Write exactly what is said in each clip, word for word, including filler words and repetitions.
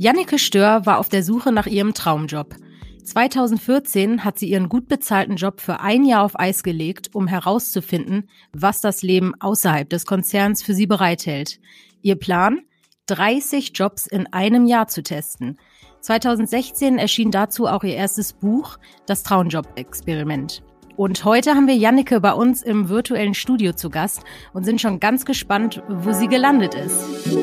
Janneke Stör war auf der Suche nach ihrem Traumjob. zweitausendvierzehn hat sie ihren gut bezahlten Job für ein Jahr auf Eis gelegt, um herauszufinden, was das Leben außerhalb des Konzerns für sie bereithält. Ihr Plan? dreißig Jobs in einem Jahr zu testen. zweitausendsechzehn erschien dazu auch ihr erstes Buch, Das Traumjob-Experiment. Und heute haben wir Janneke bei uns im virtuellen Studio zu Gast und sind schon ganz gespannt, wo sie gelandet ist.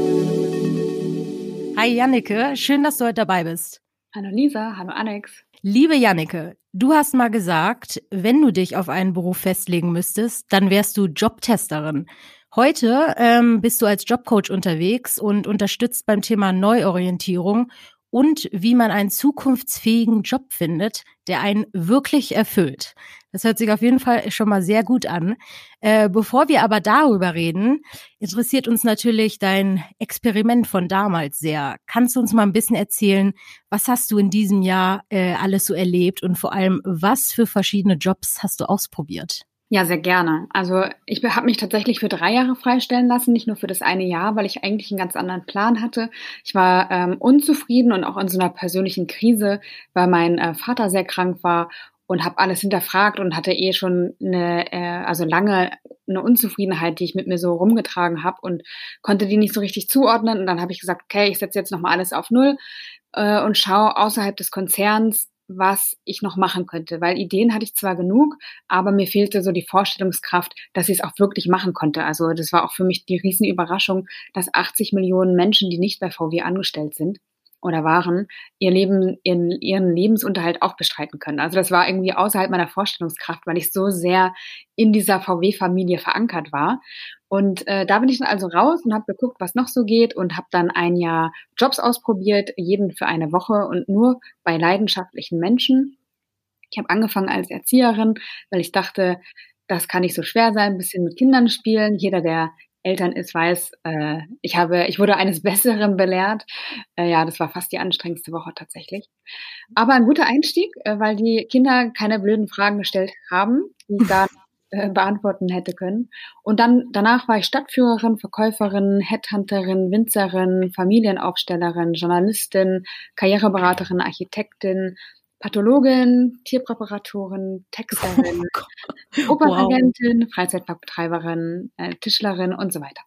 Hi Janneke, schön, dass du heute dabei bist. Hallo Lisa, hallo Alex. Liebe Janneke, du hast mal gesagt, wenn du dich auf einen Beruf festlegen müsstest, dann wärst du Jobtesterin. Heute ähm, bist du als Jobcoach unterwegs und unterstützt beim Thema Neuorientierung und wie man einen zukunftsfähigen Job findet, der einen wirklich erfüllt. Das hört sich auf jeden Fall schon mal sehr gut an. Äh, bevor wir aber darüber reden, interessiert uns natürlich dein Experiment von damals sehr. Kannst du uns mal ein bisschen erzählen, was hast du in diesem Jahr äh, alles so erlebt und vor allem, was für verschiedene Jobs hast du ausprobiert? Ja, sehr gerne. Also ich habe mich tatsächlich für drei Jahre freistellen lassen, nicht nur für das eine Jahr, weil ich eigentlich einen ganz anderen Plan hatte. Ich war ähm, unzufrieden und auch in so einer persönlichen Krise, weil mein äh, Vater sehr krank war und habe alles hinterfragt und hatte eh schon eine, äh, also lange eine Unzufriedenheit, die ich mit mir so rumgetragen habe und konnte die nicht so richtig zuordnen. Und dann habe ich gesagt, okay, ich setze jetzt nochmal alles auf Null äh, und schaue außerhalb des Konzerns, was ich noch machen könnte, weil Ideen hatte ich zwar genug, aber mir fehlte so die Vorstellungskraft, dass ich es auch wirklich machen konnte. Also das war auch für mich die Riesenüberraschung, dass achtzig Millionen Menschen, die nicht bei V W angestellt sind oder waren, ihr Leben, ihren, ihren Lebensunterhalt auch bestreiten können. Also das war irgendwie außerhalb meiner Vorstellungskraft, weil ich so sehr in dieser V W-Familie verankert war. Und äh, da bin ich dann also raus und habe geguckt, was noch so geht und habe dann ein Jahr Jobs ausprobiert, jeden für eine Woche und nur bei leidenschaftlichen Menschen. Ich habe angefangen als Erzieherin, weil ich dachte, das kann nicht so schwer sein, ein bisschen mit Kindern spielen. Jeder, der Eltern ist, weiß, äh, ich habe, ich wurde eines Besseren belehrt. Äh, ja, das war fast die anstrengendste Woche tatsächlich. Aber ein guter Einstieg, äh, weil die Kinder keine blöden Fragen gestellt haben, die ich da äh, beantworten hätte können. Und dann danach war ich Stadtführerin, Verkäuferin, Headhunterin, Winzerin, Familienaufstellerin, Journalistin, Karriereberaterin, Architektin, Pathologin, Tierpräparatorin, Texterin, oh Opernagentin, wow. Freizeitparkbetreiberin, äh, Tischlerin und so weiter.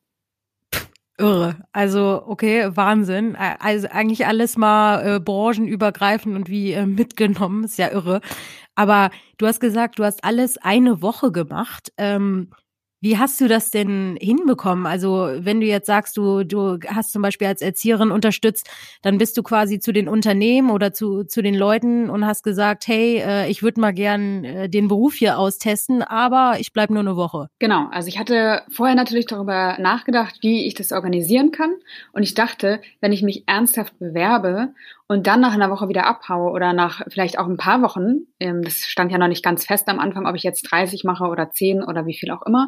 Irre. Also, okay, Wahnsinn. Also eigentlich alles mal äh, branchenübergreifend und wie äh, mitgenommen. Ist ja irre. Aber du hast gesagt, du hast alles eine Woche gemacht. Ähm, Wie hast du das denn hinbekommen? Also wenn du jetzt sagst, du du hast zum Beispiel als Erzieherin unterstützt, dann bist du quasi zu den Unternehmen oder zu zu den Leuten und hast gesagt, hey, äh, ich würde mal gern äh, den Beruf hier austesten, aber ich bleib nur eine Woche. Genau, also ich hatte vorher natürlich darüber nachgedacht, wie ich das organisieren kann. Und ich dachte, wenn ich mich ernsthaft bewerbe und dann nach einer Woche wieder abhaue oder nach vielleicht auch ein paar Wochen, ähm, das stand ja noch nicht ganz fest am Anfang, ob ich jetzt dreißig mache oder zehn oder wie viel auch immer.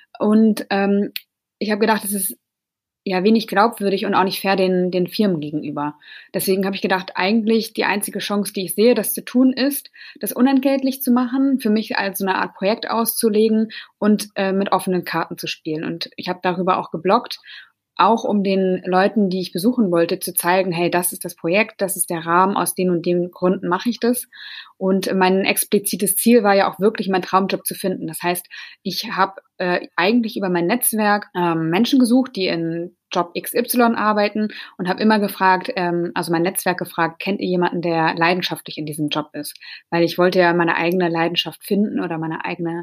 Und ähm, ich habe gedacht, das ist ja wenig glaubwürdig und auch nicht fair den, den Firmen gegenüber. Deswegen habe ich gedacht, eigentlich die einzige Chance, die ich sehe, das zu tun, ist, das unentgeltlich zu machen, für mich als so eine Art Projekt auszulegen und äh, mit offenen Karten zu spielen. Und ich habe darüber auch gebloggt, auch um den Leuten, die ich besuchen wollte, zu zeigen, hey, das ist das Projekt, das ist der Rahmen, aus den und den Gründen mache ich das. Und mein explizites Ziel war ja auch wirklich, meinen Traumjob zu finden. Das heißt, ich habe äh, eigentlich über mein Netzwerk äh, Menschen gesucht, die in Job X Y arbeiten und habe immer gefragt, ähm, also mein Netzwerk gefragt, kennt ihr jemanden, der leidenschaftlich in diesem Job ist? Weil ich wollte ja meine eigene Leidenschaft finden oder meine eigene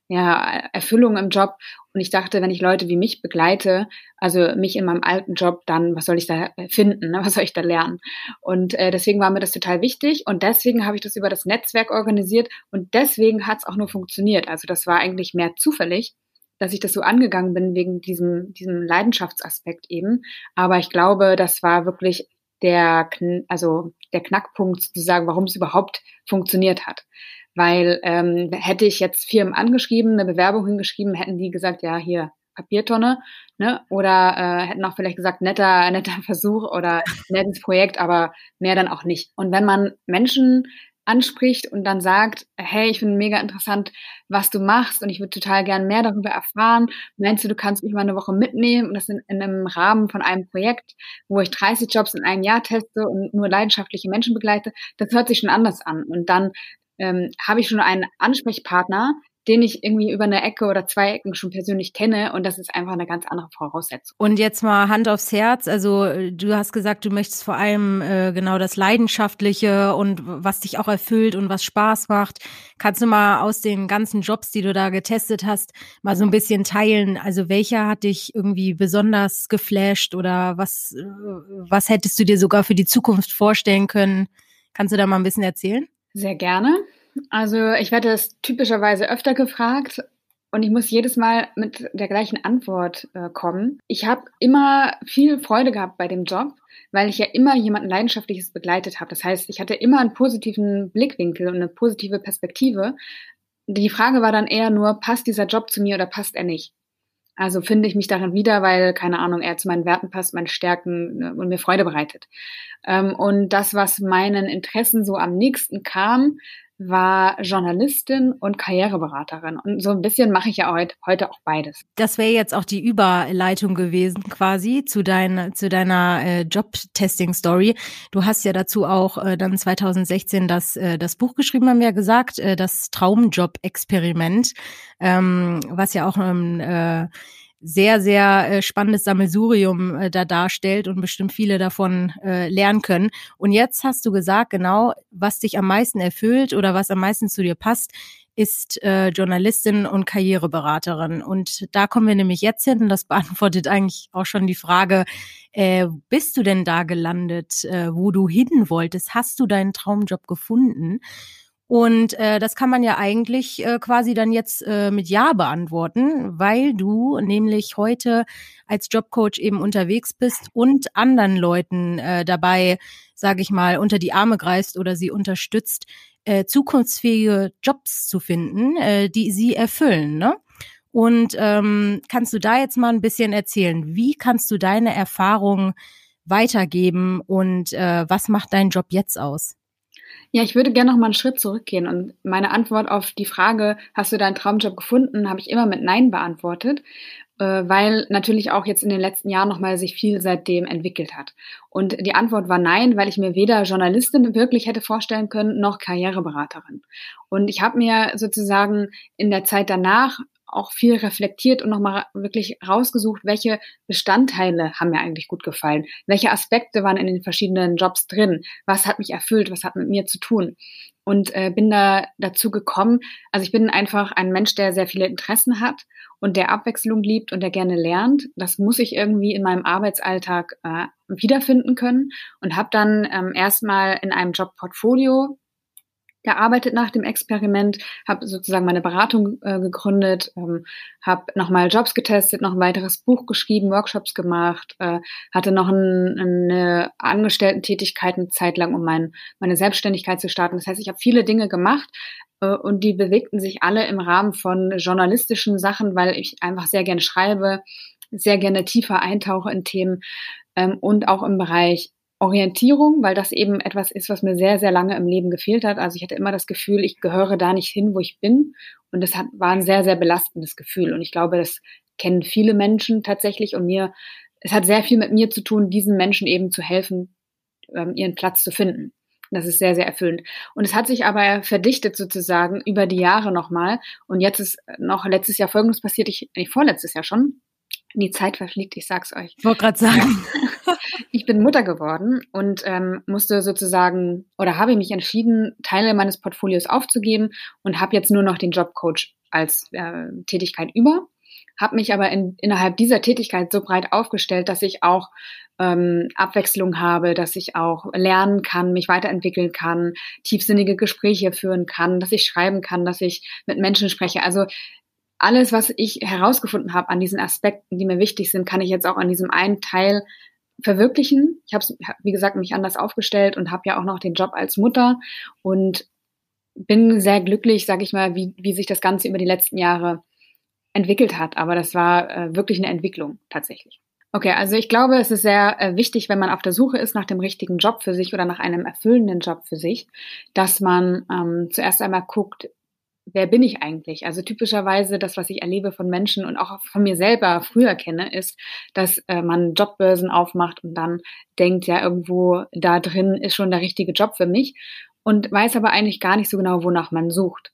ja, Erfüllung im Job. Und ich dachte, wenn ich Leute wie mich begleite, also mich in meinem alten Job, dann was soll ich da finden, ne? Was soll ich da lernen? Und äh, deswegen war mir das total wichtig und deswegen habe ich das über das Netzwerk organisiert und deswegen hat es auch nur funktioniert. Also das war eigentlich mehr zufällig, dass ich das so angegangen bin wegen diesem, diesem Leidenschaftsaspekt eben. Aber ich glaube, das war wirklich der, also der Knackpunkt sozusagen, warum es überhaupt funktioniert hat. Weil ähm, hätte ich jetzt Firmen angeschrieben, eine Bewerbung hingeschrieben, hätten die gesagt, ja, hier, Papiertonne, ne? Oder äh, hätten auch vielleicht gesagt, netter, netter Versuch oder nettes Projekt, aber mehr dann auch nicht. Und wenn man Menschen anspricht und dann sagt, hey, ich finde mega interessant, was du machst und ich würde total gern mehr darüber erfahren. Meinst du, du kannst mich mal eine Woche mitnehmen und das in, in einem Rahmen von einem Projekt, wo ich dreißig Jobs in einem Jahr teste und nur leidenschaftliche Menschen begleite? Das hört sich schon anders an. Und dann ähm, habe ich schon einen Ansprechpartner, den ich irgendwie über eine Ecke oder zwei Ecken schon persönlich kenne und das ist einfach eine ganz andere Voraussetzung. Und jetzt mal Hand aufs Herz, also du hast gesagt, du möchtest vor allem äh, genau das Leidenschaftliche und was dich auch erfüllt und was Spaß macht. Kannst du mal aus den ganzen Jobs, die du da getestet hast, mal so ein bisschen teilen? Also welcher hat dich irgendwie besonders geflasht oder was, äh, was hättest du dir sogar für die Zukunft vorstellen können? Kannst du da mal ein bisschen erzählen? Sehr gerne. Also ich werde das typischerweise öfter gefragt und ich muss jedes Mal mit der gleichen Antwort äh, kommen. Ich habe immer viel Freude gehabt bei dem Job, weil ich ja immer jemanden Leidenschaftliches begleitet habe. Das heißt, ich hatte immer einen positiven Blickwinkel und eine positive Perspektive. Die Frage war dann eher nur, passt dieser Job zu mir oder passt er nicht? Also finde ich mich darin wieder, weil, keine Ahnung, er zu meinen Werten passt, meinen Stärken und mir Freude bereitet. Und das, was meinen Interessen so am nächsten kam, war Journalistin und Karriereberaterin. Und so ein bisschen mache ich ja heute, heute auch beides. Das wäre jetzt auch die Überleitung gewesen quasi zu, dein, zu deiner äh, Job-Testing-Story. Du hast ja dazu auch äh, dann zwanzig sechzehn das, äh, das Buch geschrieben, haben wir ja gesagt, äh, das Traumjob-Experiment, ähm, was ja auch ein äh, sehr, sehr äh, spannendes Sammelsurium äh, da darstellt und bestimmt viele davon äh, lernen können. Und jetzt hast du gesagt, genau, was dich am meisten erfüllt oder was am meisten zu dir passt, ist äh, Journalistin und Karriereberaterin. Und da kommen wir nämlich jetzt hin und das beantwortet eigentlich auch schon die Frage, äh, bist du denn da gelandet, äh, wo du hin wolltest? Hast du deinen Traumjob gefunden? Und äh, das kann man ja eigentlich äh, quasi dann jetzt äh, mit Ja beantworten, weil du nämlich heute als Jobcoach eben unterwegs bist und anderen Leuten äh, dabei, sage ich mal, unter die Arme greifst oder sie unterstützt, äh, zukunftsfähige Jobs zu finden, äh, die sie erfüllen, ne? Und ähm, kannst du da jetzt mal ein bisschen erzählen, wie kannst du deine Erfahrungen weitergeben und äh, was macht dein Job jetzt aus? Ja, ich würde gerne noch mal einen Schritt zurückgehen und meine Antwort auf die Frage, hast du deinen Traumjob gefunden, habe ich immer mit Nein beantwortet, äh, weil natürlich auch jetzt in den letzten Jahren noch mal sich viel seitdem entwickelt hat. Und die Antwort war Nein, weil ich mir weder Journalistin wirklich hätte vorstellen können, noch Karriereberaterin. Und ich habe mir sozusagen in der Zeit danach auch viel reflektiert und nochmal wirklich rausgesucht, welche Bestandteile haben mir eigentlich gut gefallen, welche Aspekte waren in den verschiedenen Jobs drin, was hat mich erfüllt, was hat mit mir zu tun und äh, bin da dazu gekommen, also ich bin einfach ein Mensch, der sehr viele Interessen hat und der Abwechslung liebt und der gerne lernt. Das muss ich irgendwie in meinem Arbeitsalltag äh, wiederfinden können und habe dann ähm, erstmal in einem Jobportfolio gearbeitet nach dem Experiment, habe sozusagen meine Beratung äh, gegründet, ähm, habe nochmal Jobs getestet, noch ein weiteres Buch geschrieben, Workshops gemacht, äh, hatte noch ein, eine Angestellten-Tätigkeit eine Zeit lang, um mein, meine Selbstständigkeit zu starten. Das heißt, ich habe viele Dinge gemacht äh, und die bewegten sich alle im Rahmen von journalistischen Sachen, weil ich einfach sehr gerne schreibe, sehr gerne tiefer eintauche in Themen ähm, und auch im Bereich Orientierung, weil das eben etwas ist, was mir sehr, sehr lange im Leben gefehlt hat. Also ich hatte immer das Gefühl, ich gehöre da nicht hin, wo ich bin. Und das hat, war ein sehr, sehr belastendes Gefühl. Und ich glaube, das kennen viele Menschen tatsächlich. Und mir, es hat sehr viel mit mir zu tun, diesen Menschen eben zu helfen, ähm, ihren Platz zu finden. Das ist sehr, sehr erfüllend. Und es hat sich aber verdichtet sozusagen über die Jahre nochmal. Und jetzt ist noch letztes Jahr Folgendes passiert, ich, nee, vorletztes Jahr schon. Die Zeit verfliegt, ich sag's euch. Ich wollte gerade sagen. Ich bin Mutter geworden und ähm, musste sozusagen oder habe mich entschieden, Teile meines Portfolios aufzugeben und habe jetzt nur noch den Jobcoach als äh, Tätigkeit über. Habe mich aber in, innerhalb dieser Tätigkeit so breit aufgestellt, dass ich auch ähm, Abwechslung habe, dass ich auch lernen kann, mich weiterentwickeln kann, tiefsinnige Gespräche führen kann, dass ich schreiben kann, dass ich mit Menschen spreche. Also alles, was ich herausgefunden habe an diesen Aspekten, die mir wichtig sind, kann ich jetzt auch an diesem einen Teil verwirklichen. Ich habe, wie gesagt, mich anders aufgestellt und habe ja auch noch den Job als Mutter und bin sehr glücklich, sage ich mal, wie, wie sich das Ganze über die letzten Jahre entwickelt hat. Aber das war äh, wirklich eine Entwicklung tatsächlich. Okay, also ich glaube, es ist sehr äh, wichtig, wenn man auf der Suche ist nach dem richtigen Job für sich oder nach einem erfüllenden Job für sich, dass man ähm, zuerst einmal guckt, wer bin ich eigentlich? Also typischerweise das, was ich erlebe von Menschen und auch von mir selber früher kenne, ist, dass äh, man Jobbörsen aufmacht und dann denkt, ja, irgendwo da drin ist schon der richtige Job für mich und weiß aber eigentlich gar nicht so genau, wonach man sucht.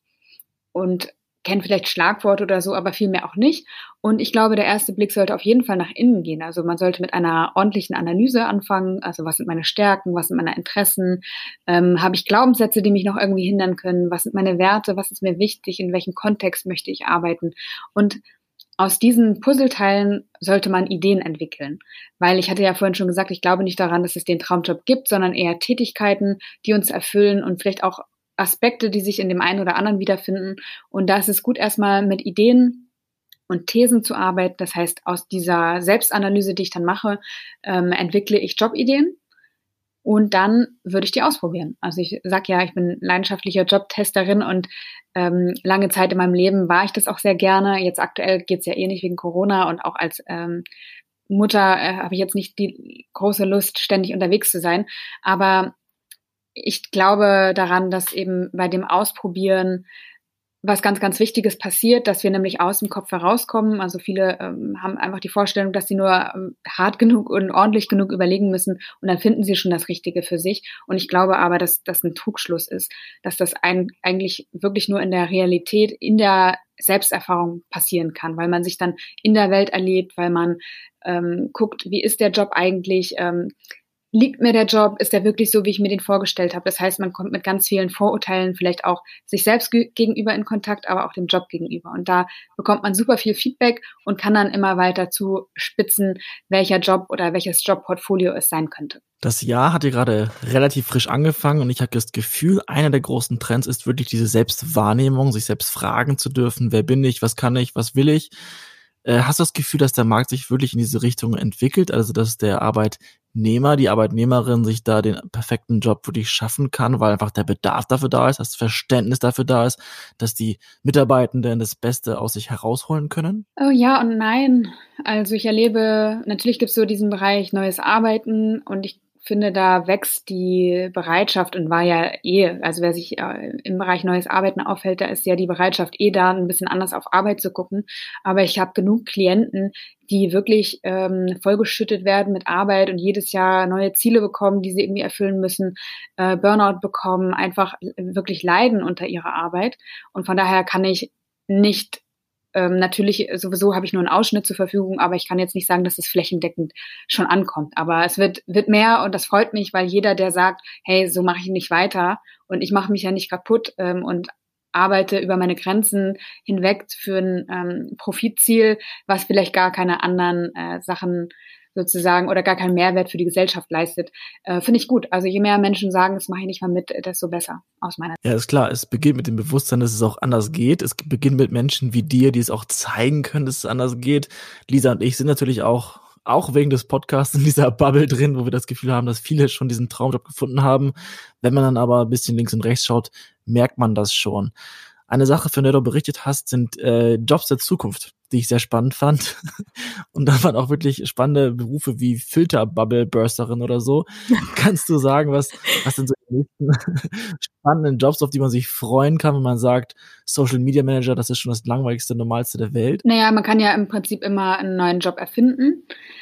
Und kennt vielleicht Schlagworte oder so, aber viel mehr auch nicht. Und ich glaube, der erste Blick sollte auf jeden Fall nach innen gehen. Also man sollte mit einer ordentlichen Analyse anfangen. Also was sind meine Stärken, was sind meine Interessen? Ähm, habe ich Glaubenssätze, die mich noch irgendwie hindern können? Was sind meine Werte? Was ist mir wichtig? In welchem Kontext möchte ich arbeiten? Und aus diesen Puzzleteilen sollte man Ideen entwickeln. Weil ich hatte ja vorhin schon gesagt, ich glaube nicht daran, dass es den Traumjob gibt, sondern eher Tätigkeiten, die uns erfüllen und vielleicht auch Aspekte, die sich in dem einen oder anderen wiederfinden. Und da ist es gut, erstmal mit Ideen und Thesen zu arbeiten. Das heißt, aus dieser Selbstanalyse, die ich dann mache, ähm, entwickle ich Jobideen und dann würde ich die ausprobieren. Also ich sag ja, ich bin leidenschaftliche Jobtesterin und ähm, lange Zeit in meinem Leben war ich das auch sehr gerne. Jetzt aktuell geht's ja eh nicht wegen Corona und auch als ähm, Mutter äh, habe ich jetzt nicht die große Lust, ständig unterwegs zu sein. Aber ich glaube daran, dass eben bei dem Ausprobieren was ganz, ganz Wichtiges passiert, dass wir nämlich aus dem Kopf herauskommen. Also viele ähm, haben einfach die Vorstellung, dass sie nur ähm, hart genug und ordentlich genug überlegen müssen und dann finden sie schon das Richtige für sich. Und ich glaube aber, dass das ein Trugschluss ist, dass das ein, eigentlich wirklich nur in der Realität, in der Selbsterfahrung passieren kann, weil man sich dann in der Welt erlebt, weil man ähm, guckt, wie ist der Job eigentlich, ähm, liegt mir der Job, ist der wirklich so, wie ich mir den vorgestellt habe? Das heißt, man kommt mit ganz vielen Vorurteilen vielleicht auch sich selbst ge- gegenüber in Kontakt, aber auch dem Job gegenüber. Und da bekommt man super viel Feedback und kann dann immer weiter zuspitzen, welcher Job oder welches Jobportfolio es sein könnte. Das Jahr hat ja gerade relativ frisch angefangen und ich habe das Gefühl, einer der großen Trends ist wirklich diese Selbstwahrnehmung, sich selbst fragen zu dürfen, wer bin ich, was kann ich, was will ich? Äh, hast du das Gefühl, dass der Markt sich wirklich in diese Richtung entwickelt, also dass der Arbeitnehmer, die Arbeitnehmerin sich da den perfekten Job wirklich schaffen kann, weil einfach der Bedarf dafür da ist, das Verständnis dafür da ist, dass die Mitarbeitenden das Beste aus sich herausholen können? Oh ja und nein. Also ich erlebe, natürlich gibt es so diesen Bereich neues Arbeiten und ich finde, da wächst die Bereitschaft und war ja eh, also wer sich äh, im Bereich neues Arbeiten aufhält, da ist ja die Bereitschaft eh da, ein bisschen anders auf Arbeit zu gucken. Aber ich habe genug Klienten, die wirklich ähm, vollgeschüttet werden mit Arbeit und jedes Jahr neue Ziele bekommen, die sie irgendwie erfüllen müssen, äh, Burnout bekommen, einfach wirklich leiden unter ihrer Arbeit. Und von daher kann ich nicht Ähm, natürlich, sowieso habe ich nur einen Ausschnitt zur Verfügung, aber ich kann jetzt nicht sagen, dass es flächendeckend schon ankommt. Aber es wird wird mehr und das freut mich, weil jeder, der sagt, hey, so mache ich nicht weiter und ich mache mich ja nicht kaputt ähm, und arbeite über meine Grenzen hinweg für ein ähm, Profitziel, was vielleicht gar keine anderen äh, Sachen sozusagen oder gar keinen Mehrwert für die Gesellschaft leistet, äh, finde ich gut. Also je mehr Menschen sagen, das mache ich nicht mal mit, desto besser aus meiner Sicht. Ja, ist klar. Es beginnt mit dem Bewusstsein, dass es auch anders geht. Es beginnt mit Menschen wie dir, die es auch zeigen können, dass es anders geht. Lisa und ich sind natürlich auch auch wegen des Podcasts in dieser Bubble drin, wo wir das Gefühl haben, dass viele schon diesen Traumjob gefunden haben. Wenn man dann aber ein bisschen links und rechts schaut, merkt man das schon. Eine Sache, von der du berichtet hast, sind äh, Jobs der Zukunft, die ich sehr spannend fand. Und da waren auch wirklich spannende Berufe wie Filterbubble-Bursterin oder so. Kannst du sagen, was, was sind so die nächsten spannenden Jobs, auf die man sich freuen kann, wenn man sagt, Social Media Manager, das ist schon das langweiligste, normalste der Welt? Naja, man kann ja im Prinzip immer einen neuen Job erfinden.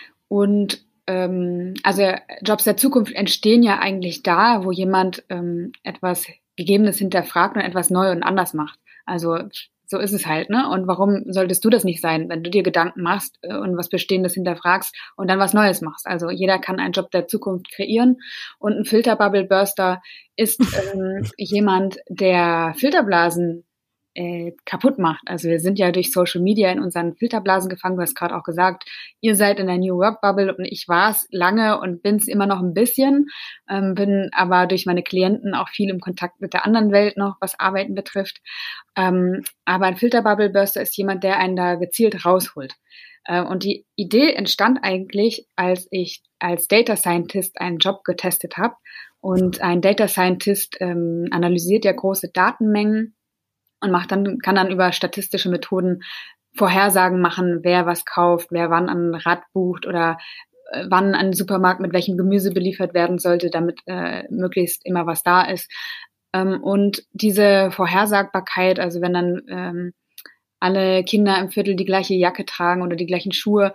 Und ähm, also Jobs der Zukunft entstehen ja eigentlich da, wo jemand ähm, etwas Gegebenes hinterfragt und etwas neu und anders macht. Also so ist es halt, ne? Und warum solltest du das nicht sein, wenn du dir Gedanken machst äh, und was Bestehendes hinterfragst und dann was Neues machst? Also jeder kann einen Job der Zukunft kreieren und ein Filterbubble-Burster ist ähm, jemand, der Filterblasen äh, kaputt macht. Also wir sind ja durch Social Media in unseren Filterblasen gefangen. Du hast gerade auch gesagt, ihr seid in der New Work Bubble und ich war es lange und bin es immer noch ein bisschen, ähm, bin aber durch meine Klienten auch viel im Kontakt mit der anderen Welt noch, was Arbeiten betrifft. Ähm, aber ein Filterbubble Burster ist jemand, der einen da gezielt rausholt. Äh, und die Idee entstand eigentlich, als ich als Data Scientist einen Job getestet habe. Und ein Data Scientist ähm, analysiert ja große Datenmengen und macht dann, kann dann über statistische Methoden Vorhersagen machen, wer was kauft, wer wann ein Rad bucht oder äh, wann ein Supermarkt mit welchem Gemüse beliefert werden sollte, damit äh, möglichst immer was da ist. Ähm, und diese Vorhersagbarkeit, also wenn dann ähm, alle Kinder im Viertel die gleiche Jacke tragen oder die gleichen Schuhe,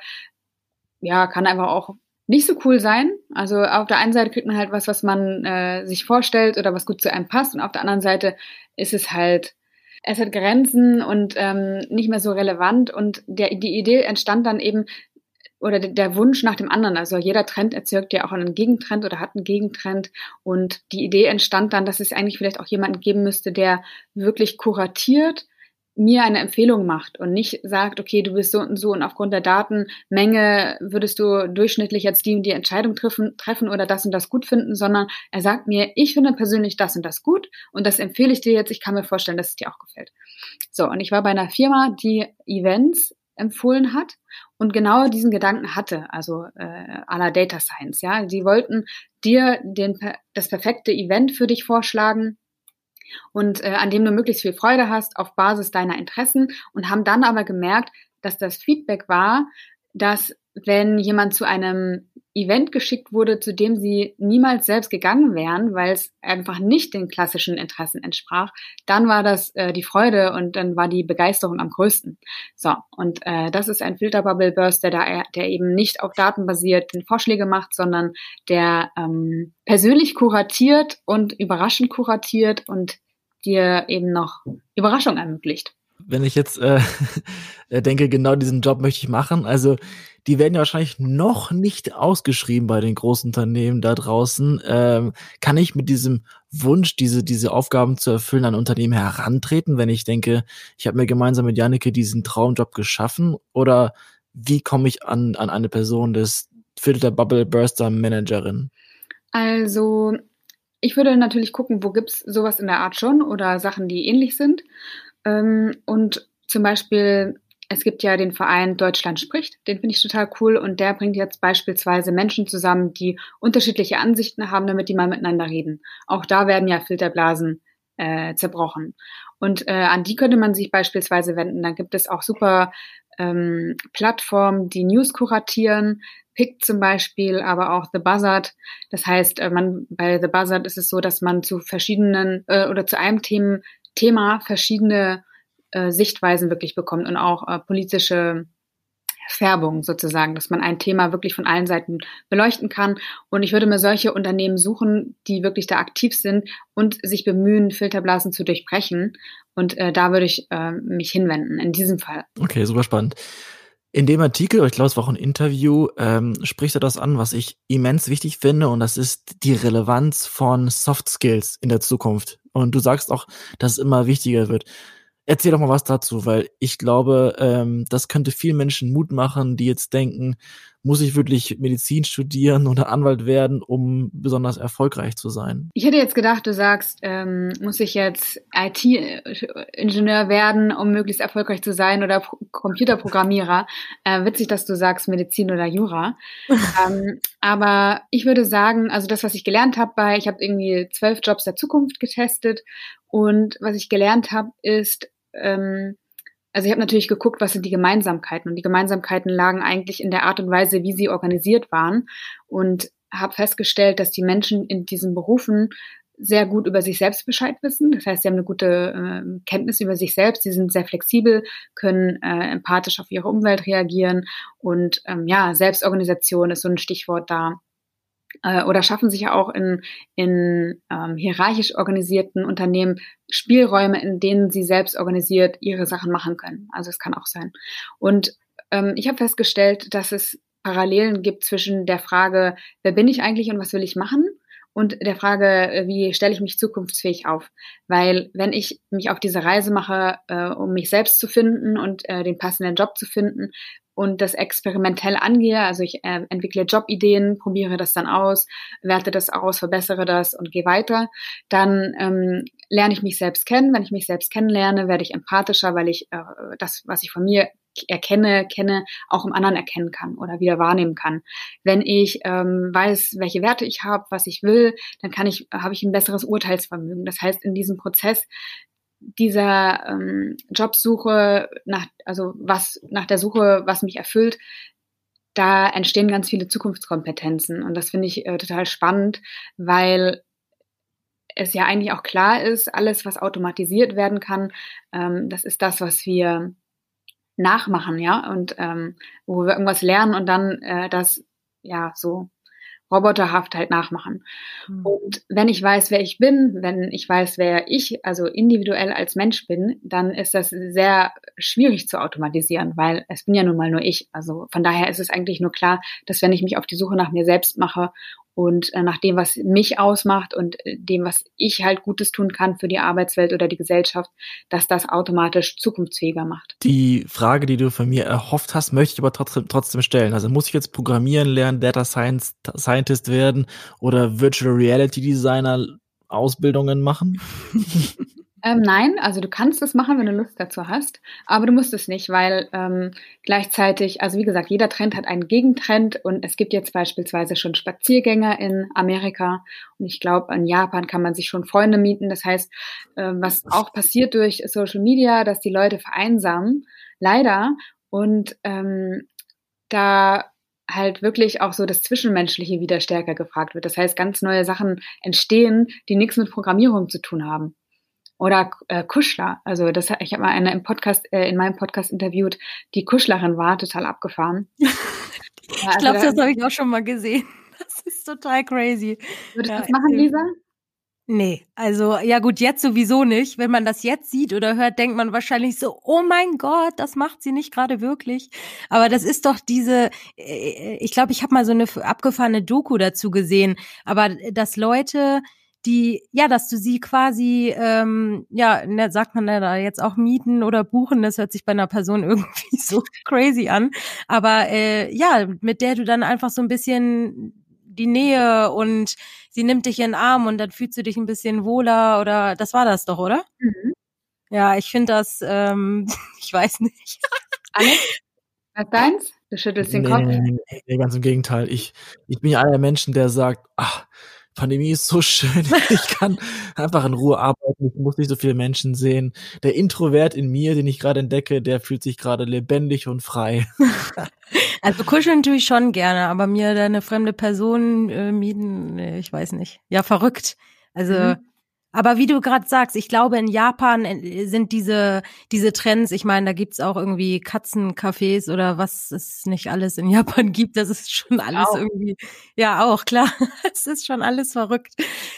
ja, kann einfach auch nicht so cool sein. Also auf der einen Seite kriegt man halt was, was man äh, sich vorstellt oder was gut zu einem passt, und auf der anderen Seite ist es halt, es hat Grenzen und ähm, nicht mehr so relevant, und der, die Idee entstand dann eben, oder der Wunsch nach dem anderen. Also jeder Trend erzeugt ja auch einen Gegentrend oder hat einen Gegentrend, und die Idee entstand dann, dass es eigentlich vielleicht auch jemanden geben müsste, der wirklich kuratiert mir eine Empfehlung macht und nicht sagt, okay, du bist so und so und aufgrund der Datenmenge würdest du durchschnittlich jetzt die und die Entscheidung treffen, treffen oder das und das gut finden, sondern er sagt mir, ich finde persönlich das und das gut und das empfehle ich dir jetzt, ich kann mir vorstellen, dass es dir auch gefällt. So, und ich war bei einer Firma, die Events empfohlen hat und genau diesen Gedanken hatte, also äh, à la Data Science, ja. Die wollten dir den, das perfekte Event für dich vorschlagen, und äh, an dem du möglichst viel Freude hast auf Basis deiner Interessen, und haben dann aber gemerkt, dass das Feedback war, dass wenn jemand zu einem Event geschickt wurde, zu dem sie niemals selbst gegangen wären, weil es einfach nicht den klassischen Interessen entsprach, dann war das äh, die Freude und dann war die Begeisterung am größten. So, und äh, das ist ein Filterbubble-Burst, der, da, der eben nicht auf Daten basiert den Vorschläge macht, sondern der ähm, persönlich kuratiert und überraschend kuratiert und dir eben noch Überraschung ermöglicht. Wenn ich jetzt äh, denke, genau diesen Job möchte ich machen, also die werden ja wahrscheinlich noch nicht ausgeschrieben bei den großen Unternehmen da draußen. Ähm, kann ich mit diesem Wunsch, diese diese Aufgaben zu erfüllen, an Unternehmen herantreten, wenn ich denke, ich habe mir gemeinsam mit Janneke diesen Traumjob geschaffen? Oder wie komme ich an an eine Person des Filter Bubble Burster Managerin? Also ich würde natürlich gucken, wo gibt's sowas in der Art schon oder Sachen, die ähnlich sind. Ähm, und zum Beispiel, es gibt ja den Verein Deutschland spricht, den finde ich total cool, und der bringt jetzt beispielsweise Menschen zusammen, die unterschiedliche Ansichten haben, damit die mal miteinander reden. Auch da werden ja Filterblasen äh, zerbrochen. Und äh, an die könnte man sich beispielsweise wenden. Da gibt es auch super ähm, Plattformen, die News kuratieren, Pick zum Beispiel, aber auch The Buzzard. Das heißt, äh, man bei The Buzzard ist es so, dass man zu verschiedenen äh, oder zu einem Themen, Thema verschiedene äh, Sichtweisen wirklich bekommt und auch äh, politische Färbung sozusagen, dass man ein Thema wirklich von allen Seiten beleuchten kann. Und ich würde mir solche Unternehmen suchen, die wirklich da aktiv sind und sich bemühen, Filterblasen zu durchbrechen. Und äh, da würde ich äh, mich hinwenden, in diesem Fall. Okay, super spannend. In dem Artikel, ich glaube, es war auch ein Interview, ähm, spricht er das an, was ich immens wichtig finde, und das ist die Relevanz von Soft Skills in der Zukunft. Und du sagst auch, dass es immer wichtiger wird. Erzähl doch mal was dazu, weil ich glaube, ähm, das könnte vielen Menschen Mut machen, die jetzt denken, muss ich wirklich Medizin studieren oder Anwalt werden, um besonders erfolgreich zu sein? Ich hätte jetzt gedacht, du sagst, ähm, muss ich jetzt I T-Ingenieur werden, um möglichst erfolgreich zu sein, oder Pro- Computerprogrammierer. Äh, witzig, dass du sagst Medizin oder Jura. ähm, aber ich würde sagen, also das, was ich gelernt habe bei, ich habe irgendwie zwölf Jobs der Zukunft getestet, und was ich gelernt habe, ist, ähm, also ich habe natürlich geguckt, was sind die Gemeinsamkeiten, und die Gemeinsamkeiten lagen eigentlich in der Art und Weise, wie sie organisiert waren, und habe festgestellt, dass die Menschen in diesen Berufen sehr gut über sich selbst Bescheid wissen. Das heißt, sie haben eine gute äh, Kenntnis über sich selbst, sie sind sehr flexibel, können äh, empathisch auf ihre Umwelt reagieren, und ähm, ja, Selbstorganisation ist so ein Stichwort da. Oder schaffen sich ja auch in, in ähm, hierarchisch organisierten Unternehmen Spielräume, in denen sie selbst organisiert ihre Sachen machen können. Also es kann auch sein. Und ähm, ich habe festgestellt, dass es Parallelen gibt zwischen der Frage, wer bin ich eigentlich und was will ich machen, und der Frage, wie stelle ich mich zukunftsfähig auf. Weil wenn ich mich auf diese Reise mache, äh, um mich selbst zu finden und äh, den passenden Job zu finden, und das experimentell angehe, also ich äh, entwickle Jobideen, probiere das dann aus, werte das aus, verbessere das und gehe weiter, dann ähm, lerne ich mich selbst kennen. Wenn ich mich selbst kennenlerne, werde ich empathischer, weil ich äh, das, was ich von mir erkenne, kenne, auch im anderen erkennen kann oder wieder wahrnehmen kann. Wenn ich ähm, weiß, welche Werte ich habe, was ich will, dann kann ich, habe ich ein besseres Urteilsvermögen. Das heißt, in diesem Prozess dieser ähm, Jobsuche, nach, also was nach der Suche, was mich erfüllt, da entstehen ganz viele Zukunftskompetenzen. Und das finde ich äh, total spannend, weil es ja eigentlich auch klar ist, alles, was automatisiert werden kann, ähm, das ist das, was wir nachmachen, ja, und ähm, wo wir irgendwas lernen und dann äh, das ja so roboterhaft halt nachmachen. Mhm. Und wenn ich weiß, wer ich bin, wenn ich weiß, wer ich also individuell als Mensch bin, dann ist das sehr schwierig zu automatisieren, weil es bin ja nun mal nur ich. Also von daher ist es eigentlich nur klar, dass wenn ich mich auf die Suche nach mir selbst mache und äh, nach dem, was mich ausmacht und äh, dem, was ich halt Gutes tun kann für die Arbeitswelt oder die Gesellschaft, dass das automatisch zukunftsfähiger macht. Die Frage, die du von mir erhofft hast, möchte ich aber trotzdem, trotzdem stellen. Also muss ich jetzt Programmieren lernen, Data Science, Scientist werden oder Virtual Reality Designer Ausbildungen machen? Ähm, nein, also du kannst es machen, wenn du Lust dazu hast, aber du musst es nicht, weil ähm, gleichzeitig, also wie gesagt, jeder Trend hat einen Gegentrend und es gibt jetzt beispielsweise schon Spaziergänger in Amerika und ich glaube, in Japan kann man sich schon Freunde mieten. Das heißt, äh, was auch passiert durch Social Media, dass die Leute vereinsamen, leider, und ähm, da halt wirklich auch so das Zwischenmenschliche wieder stärker gefragt wird. Das heißt, ganz neue Sachen entstehen, die nichts mit Programmierung zu tun haben. Oder äh, Kuschler. Also das, ich habe mal eine im Podcast, äh, in meinem Podcast interviewt, die Kuschlerin war, total abgefahren. Ja, also ich glaube, da, das habe ich auch schon mal gesehen. Das ist total crazy. Würdest du ja, das machen, Lisa? Nee, also ja gut, jetzt sowieso nicht. Wenn man das jetzt sieht oder hört, denkt man wahrscheinlich so, oh mein Gott, das macht sie nicht gerade wirklich. Aber das ist doch diese, ich glaube, ich habe mal so eine abgefahrene Doku dazu gesehen, aber dass Leute, die, ja, dass du sie quasi, ähm, ja, ne, sagt man da jetzt auch mieten oder buchen, das hört sich bei einer Person irgendwie so crazy an, aber äh, ja, mit der du dann einfach so ein bisschen die Nähe und sie nimmt dich in den Arm und dann fühlst du dich ein bisschen wohler oder das war das doch, oder? Mhm. Ja, ich finde das, ähm, ich weiß nicht. Alex, was deins? Du schüttelst den nee, Kopf. Nee, nee, nee, ganz im Gegenteil. Ich, ich bin ja einer der Menschen, der sagt, ach, Pandemie ist so schön, ich kann einfach in Ruhe arbeiten, ich muss nicht so viele Menschen sehen. Der Introvert in mir, den ich gerade entdecke, der fühlt sich gerade lebendig und frei. Also kuscheln tue ich schon gerne, aber mir da eine fremde Person äh, mieten, nee, ich weiß nicht. Ja, verrückt. Also mhm. Aber wie du gerade sagst, ich glaube, in Japan sind diese diese Trends, ich meine, da gibt's auch irgendwie Katzencafés oder was es nicht alles in Japan gibt, das ist schon alles auch. irgendwie, ja auch, klar, es ist schon alles verrückt.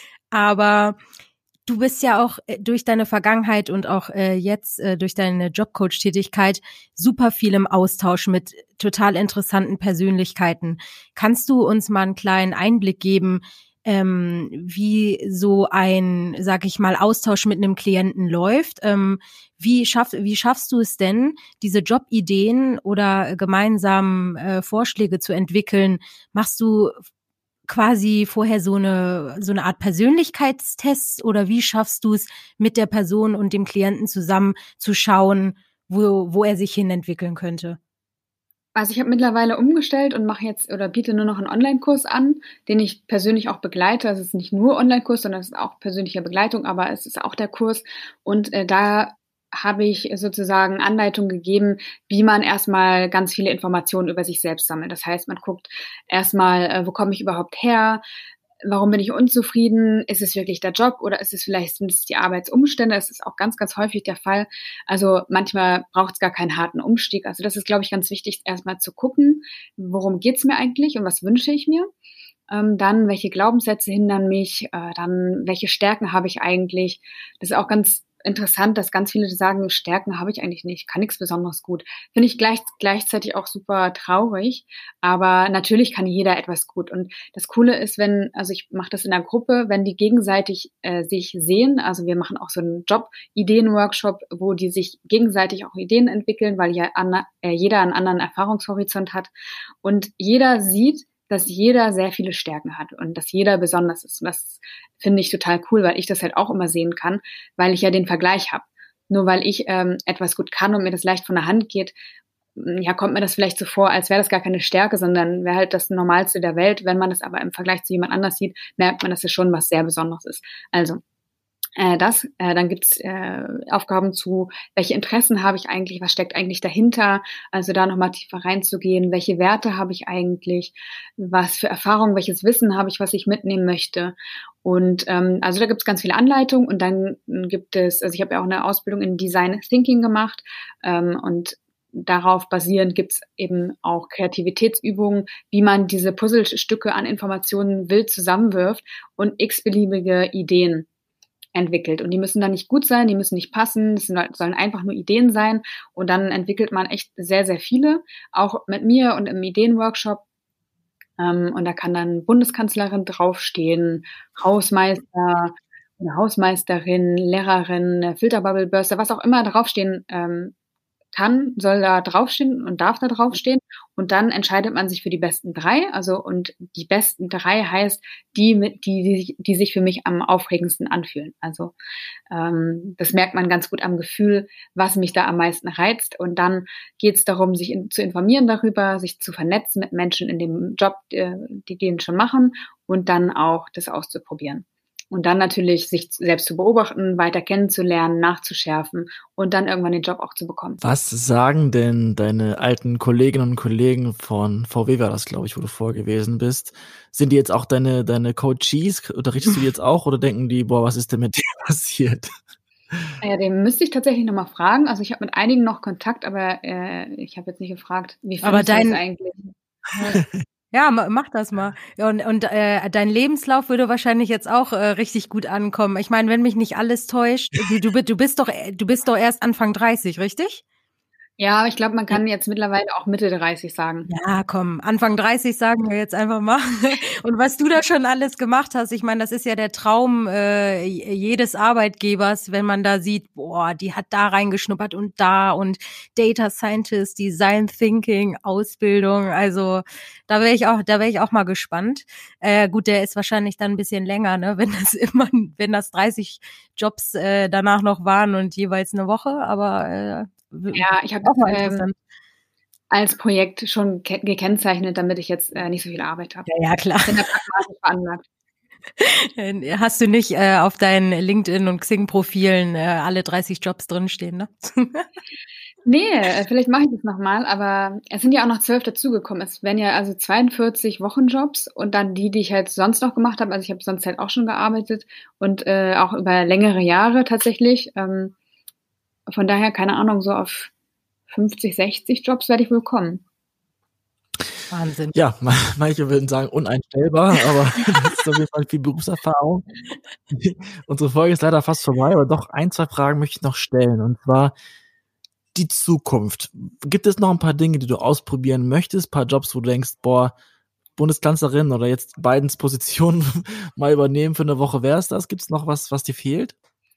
Aber du bist ja auch durch deine Vergangenheit und auch äh, jetzt äh, durch deine Jobcoach-Tätigkeit super viel im Austausch mit total interessanten Persönlichkeiten. Kannst du uns mal einen kleinen Einblick geben, ähm, wie so ein, sag ich mal, Austausch mit einem Klienten läuft? Ähm, wie, schaff, wie schaffst du es denn, diese Jobideen oder gemeinsam äh, Vorschläge zu entwickeln? Machst du quasi vorher so eine so eine Art Persönlichkeitstest oder wie schaffst du es, mit der Person und dem Klienten zusammen zu schauen, wo wo er sich hin entwickeln könnte? Also ich habe mittlerweile umgestellt und mache jetzt oder biete nur noch einen Online-Kurs an, den ich persönlich auch begleite. Also es ist nicht nur Online-Kurs, sondern es ist auch persönliche Begleitung, aber es ist auch der Kurs. Und äh, da habe ich sozusagen Anleitung gegeben, wie man erstmal ganz viele Informationen über sich selbst sammelt. Das heißt, man guckt erstmal, äh, wo komme ich überhaupt her? Warum bin ich unzufrieden? Ist es wirklich der Job oder ist es vielleicht sind es die Arbeitsumstände? Das ist auch ganz, ganz häufig der Fall. Also manchmal braucht es gar keinen harten Umstieg. Also das ist, glaube ich, ganz wichtig, erstmal zu gucken, worum geht's mir eigentlich und was wünsche ich mir? Ähm, dann, welche Glaubenssätze hindern mich? Äh, dann, welche Stärken habe ich eigentlich? Das ist auch ganz interessant, dass ganz viele sagen, Stärken habe ich eigentlich nicht, kann nichts besonders gut. Finde ich gleich, gleichzeitig auch super traurig, aber natürlich kann jeder etwas gut. Und das Coole ist, wenn, also ich mache das in der Gruppe, wenn die gegenseitig äh, sich sehen, also wir machen auch so einen Job-Ideen-Workshop, wo die sich gegenseitig auch Ideen entwickeln, weil ja an, äh, jeder einen anderen Erfahrungshorizont hat und jeder sieht, dass jeder sehr viele Stärken hat und dass jeder besonders ist. Und das finde ich total cool, weil ich das halt auch immer sehen kann, weil ich ja den Vergleich habe. Nur weil ich ähm, etwas gut kann und mir das leicht von der Hand geht, ja, kommt mir das vielleicht so vor, als wäre das gar keine Stärke, sondern wäre halt das Normalste der Welt. Wenn man das aber im Vergleich zu jemand anders sieht, merkt man, dass es schon was sehr Besonderes ist. Also Äh, das, äh, dann gibt's äh, Aufgaben zu, welche Interessen habe ich eigentlich, was steckt eigentlich dahinter, also da nochmal tiefer reinzugehen, welche Werte habe ich eigentlich, was für Erfahrungen, welches Wissen habe ich, was ich mitnehmen möchte. Und ähm, also da gibt's ganz viele Anleitungen und dann gibt es, also ich habe ja auch eine Ausbildung in Design Thinking gemacht ähm, und darauf basierend gibt's eben auch Kreativitätsübungen, wie man diese Puzzlestücke an Informationen wild zusammenwirft und x-beliebige Ideen entwickelt. Und die müssen dann nicht gut sein, die müssen nicht passen, es sollen einfach nur Ideen sein. Und dann entwickelt man echt sehr, sehr viele, auch mit mir und im Ideenworkshop. Ähm, und da kann dann Bundeskanzlerin draufstehen, Hausmeister, eine Hausmeisterin, Lehrerin, Filterbubble-Börse, was auch immer draufstehen ähm, kann, soll da draufstehen und darf da draufstehen. Und dann entscheidet man sich für die besten drei. Also, und die besten drei heißt die, mit, die, die, die sich für mich am aufregendsten anfühlen. Also, ähm, das merkt man ganz gut am Gefühl, was mich da am meisten reizt. Und dann geht es darum, sich in, zu informieren darüber, sich zu vernetzen mit Menschen in dem Job, äh, die den schon machen und dann auch das auszuprobieren. Und dann natürlich sich selbst zu beobachten, weiter kennenzulernen, nachzuschärfen und dann irgendwann den Job auch zu bekommen. Was sagen denn deine alten Kolleginnen und Kollegen von V W war das, glaube ich, wo du vorher gewesen bist? Sind die jetzt auch deine, deine Coaches? Unterrichtest du die jetzt auch oder denken die, boah, was ist denn mit dir passiert? Ja, den müsste ich tatsächlich nochmal fragen. Also ich habe mit einigen noch Kontakt, aber äh, ich habe jetzt nicht gefragt, wie findest du das eigentlich? Ja, mach das mal. Und, und äh, dein Lebenslauf würde wahrscheinlich jetzt auch äh, richtig gut ankommen. Ich meine, wenn mich nicht alles täuscht, du, du, du bist doch, du bist doch erst Anfang dreißig, richtig? Ja, aber ich glaube, man kann jetzt mittlerweile auch Mitte dreißig sagen. Ja, komm, Anfang dreißig sagen wir jetzt einfach mal. Und was du da schon alles gemacht hast, ich meine, das ist ja der Traum äh, jedes Arbeitgebers, wenn man da sieht, boah, die hat da reingeschnuppert und da und Data Scientist, Design Thinking, Ausbildung. Also da wäre ich auch, da wäre ich auch mal gespannt. Äh, gut, der ist wahrscheinlich dann ein bisschen länger, ne, wenn das immer, wenn das dreißig Jobs äh, danach noch waren und jeweils eine Woche, aber äh, ja, ich habe ähm, als Projekt schon ke- gekennzeichnet, damit ich jetzt äh, nicht so viel Arbeit habe. Ja, ja, klar. Ich bin da pragmatisch veranlagt. Hast du nicht äh, auf deinen LinkedIn- und Xing-Profilen äh, alle dreißig Jobs drinstehen, ne? Nee, äh, vielleicht mache ich das nochmal, aber es sind ja auch noch zwölf dazugekommen. Es wären ja also zweiundvierzig Wochenjobs und dann die, die ich halt sonst noch gemacht habe. Also ich habe sonst halt auch schon gearbeitet und äh, auch über längere Jahre tatsächlich. Ähm, Von daher, keine Ahnung, so auf fünfzig, sechzig Jobs werde ich wohl kommen. Wahnsinn. Ja, manche würden sagen uneinstellbar, aber das ist auf jeden Fall viel Berufserfahrung. Unsere Folge ist leider fast vorbei, aber doch ein, zwei Fragen möchte ich noch stellen. Und zwar die Zukunft. Gibt es noch ein paar Dinge, die du ausprobieren möchtest? Ein paar Jobs, wo du denkst, boah, Bundeskanzlerin oder jetzt Bidens Position mal übernehmen für eine Woche, wäre es das? Gibt es noch was, was dir fehlt?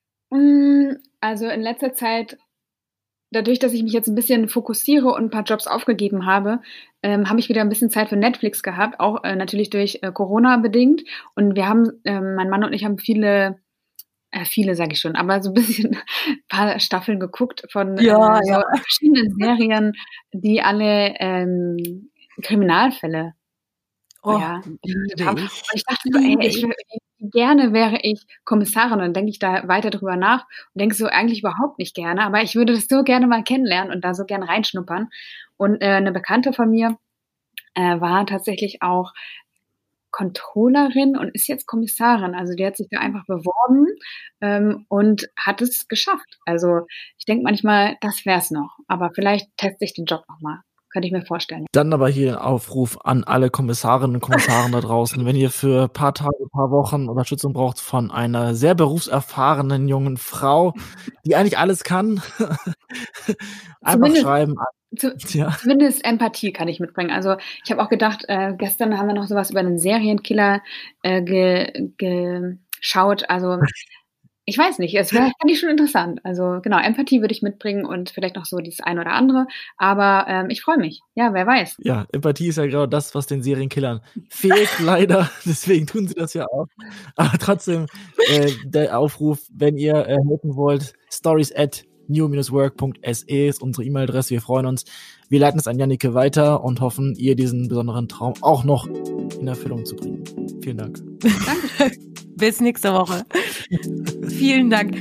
Also in letzter Zeit, dadurch, dass ich mich jetzt ein bisschen fokussiere und ein paar Jobs aufgegeben habe, ähm, habe ich wieder ein bisschen Zeit für Netflix gehabt, auch äh, natürlich durch äh, Corona bedingt. Und wir haben, äh, mein Mann und ich haben viele, äh, viele sage ich schon, aber so ein bisschen ein paar Staffeln geguckt von ja, äh, so ja. verschiedenen Serien, die alle ähm, Kriminalfälle Oh, ja, liebe haben. ich. Und ich dachte so, ey, ich, wie gerne wäre ich Kommissarin. Und dann denke ich da weiter drüber nach und denke so, eigentlich überhaupt nicht gerne, aber ich würde das so gerne mal kennenlernen und da so gerne reinschnuppern. Und äh, eine Bekannte von mir äh, war tatsächlich auch Controllerin und ist jetzt Kommissarin. Also die hat sich da einfach beworben ähm, und hat es geschafft. Also ich denke manchmal, das wär's noch. Aber vielleicht teste ich den Job nochmal. Könnte ich mir vorstellen. Dann aber hier ein Aufruf an alle Kommissarinnen und Kommissaren da draußen. Wenn ihr für ein paar Tage, ein paar Wochen Unterstützung braucht von einer sehr berufserfahrenen jungen Frau, die eigentlich alles kann, einfach Zumindest, schreiben. Zu, ja. Zumindest Empathie kann ich mitbringen. Also ich habe auch gedacht, äh, gestern haben wir noch sowas über einen Serienkiller äh, ge, geschaut. Also ich weiß nicht, es wäre, fand ich schon interessant. Also genau, Empathie würde ich mitbringen und vielleicht noch so dieses eine oder andere. Aber ähm, ich freue mich. Ja, wer weiß. Ja, Empathie ist ja genau das, was den Serienkillern fehlt, leider. Deswegen tun sie das ja auch. Aber trotzdem, äh, der Aufruf, wenn ihr äh, helfen wollt, stories at new dash work punkt s e ist unsere E-Mail-Adresse. Wir freuen uns. Wir leiten es an Jannike weiter und hoffen, ihr diesen besonderen Traum auch noch in Erfüllung zu bringen. Vielen Dank. Danke. Bis nächste Woche. Vielen Dank.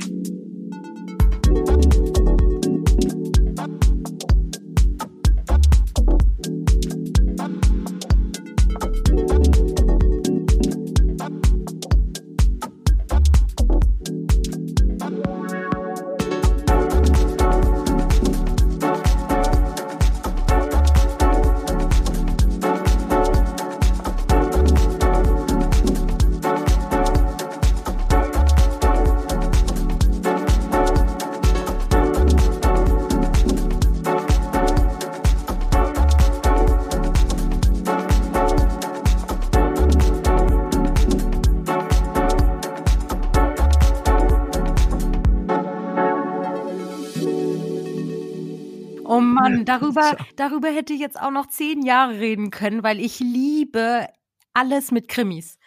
Oh Mann, darüber, darüber hätte ich jetzt auch noch zehn Jahre reden können, weil ich liebe alles mit Krimis.